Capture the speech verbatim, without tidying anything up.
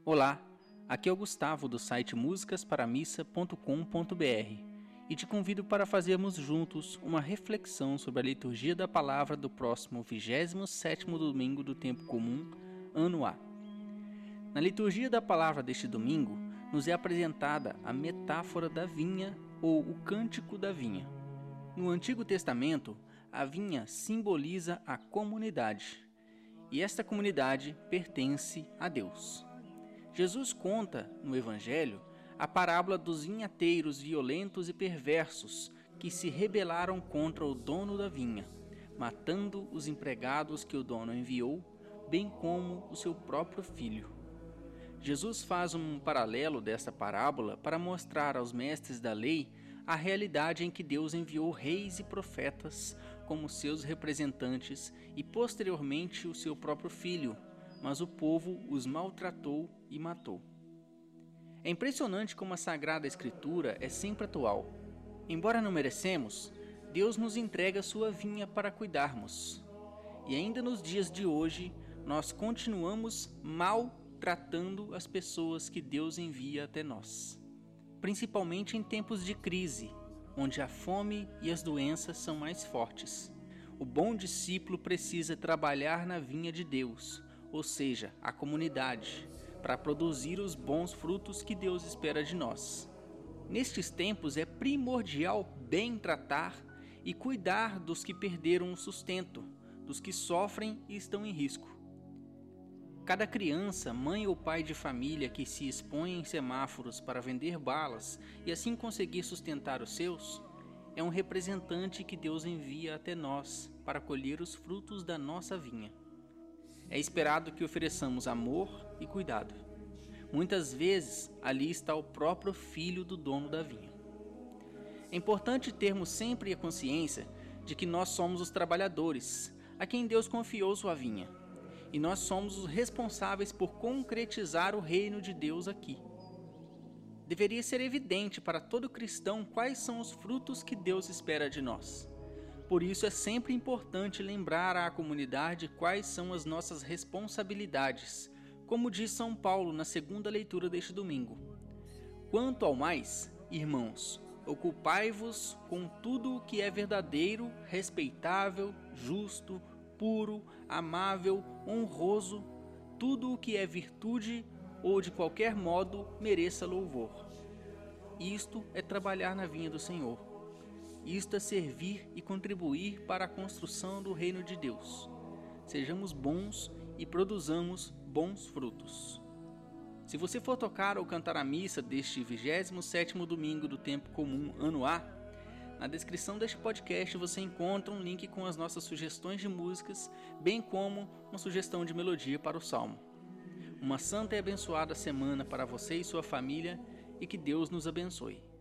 Olá, aqui é o Gustavo do site músicas para missa ponto com ponto br e te convido para fazermos juntos uma reflexão sobre a liturgia da palavra do próximo vigésimo sétimo domingo do tempo comum, ano A. Na liturgia da palavra deste domingo, nos é apresentada a metáfora da vinha ou o cântico da vinha. No Antigo Testamento, a vinha simboliza a comunidade, e esta comunidade pertence a Deus. Jesus conta, no Evangelho, a parábola dos vinhateiros violentos e perversos que se rebelaram contra o dono da vinha, matando os empregados que o dono enviou, bem como o seu próprio filho. Jesus faz um paralelo desta parábola para mostrar aos mestres da lei a realidade em que Deus enviou reis e profetas como seus representantes e posteriormente o seu próprio filho, mas o povo os maltratou e matou. É impressionante como a Sagrada Escritura é sempre atual. Embora não merecemos, Deus nos entrega sua vinha para cuidarmos. E ainda nos dias de hoje, nós continuamos maltratando as pessoas que Deus envia até nós. Principalmente em tempos de crise, onde a fome e as doenças são mais fortes. O bom discípulo precisa trabalhar na vinha de Deus, ou seja, a comunidade, para produzir os bons frutos que Deus espera de nós. Nestes tempos é primordial bem tratar e cuidar dos que perderam o sustento, dos que sofrem e estão em risco. Cada criança, mãe ou pai de família que se expõe em semáforos para vender balas e assim conseguir sustentar os seus, é um representante que Deus envia até nós para colher os frutos da nossa vinha. É esperado que ofereçamos amor e cuidado. Muitas vezes, ali está o próprio filho do dono da vinha. É importante termos sempre a consciência de que nós somos os trabalhadores, a quem Deus confiou sua vinha, e nós somos os responsáveis por concretizar o reino de Deus aqui. Deveria ser evidente para todo cristão quais são os frutos que Deus espera de nós. Por isso é sempre importante lembrar à comunidade quais são as nossas responsabilidades, como diz São Paulo na segunda leitura deste domingo. Quanto ao mais, irmãos, ocupai-vos com tudo o que é verdadeiro, respeitável, justo, puro, amável, honroso, tudo o que é virtude ou de qualquer modo mereça louvor. Isto é trabalhar na vinha do Senhor. Isto é servir e contribuir para a construção do reino de Deus. Sejamos bons e produzamos bons frutos. Se você for tocar ou cantar a missa deste vigésimo sétimo domingo do tempo comum, ano A, na descrição deste podcast você encontra um link com as nossas sugestões de músicas, bem como uma sugestão de melodia para o salmo. Uma santa e abençoada semana para você e sua família e que Deus nos abençoe.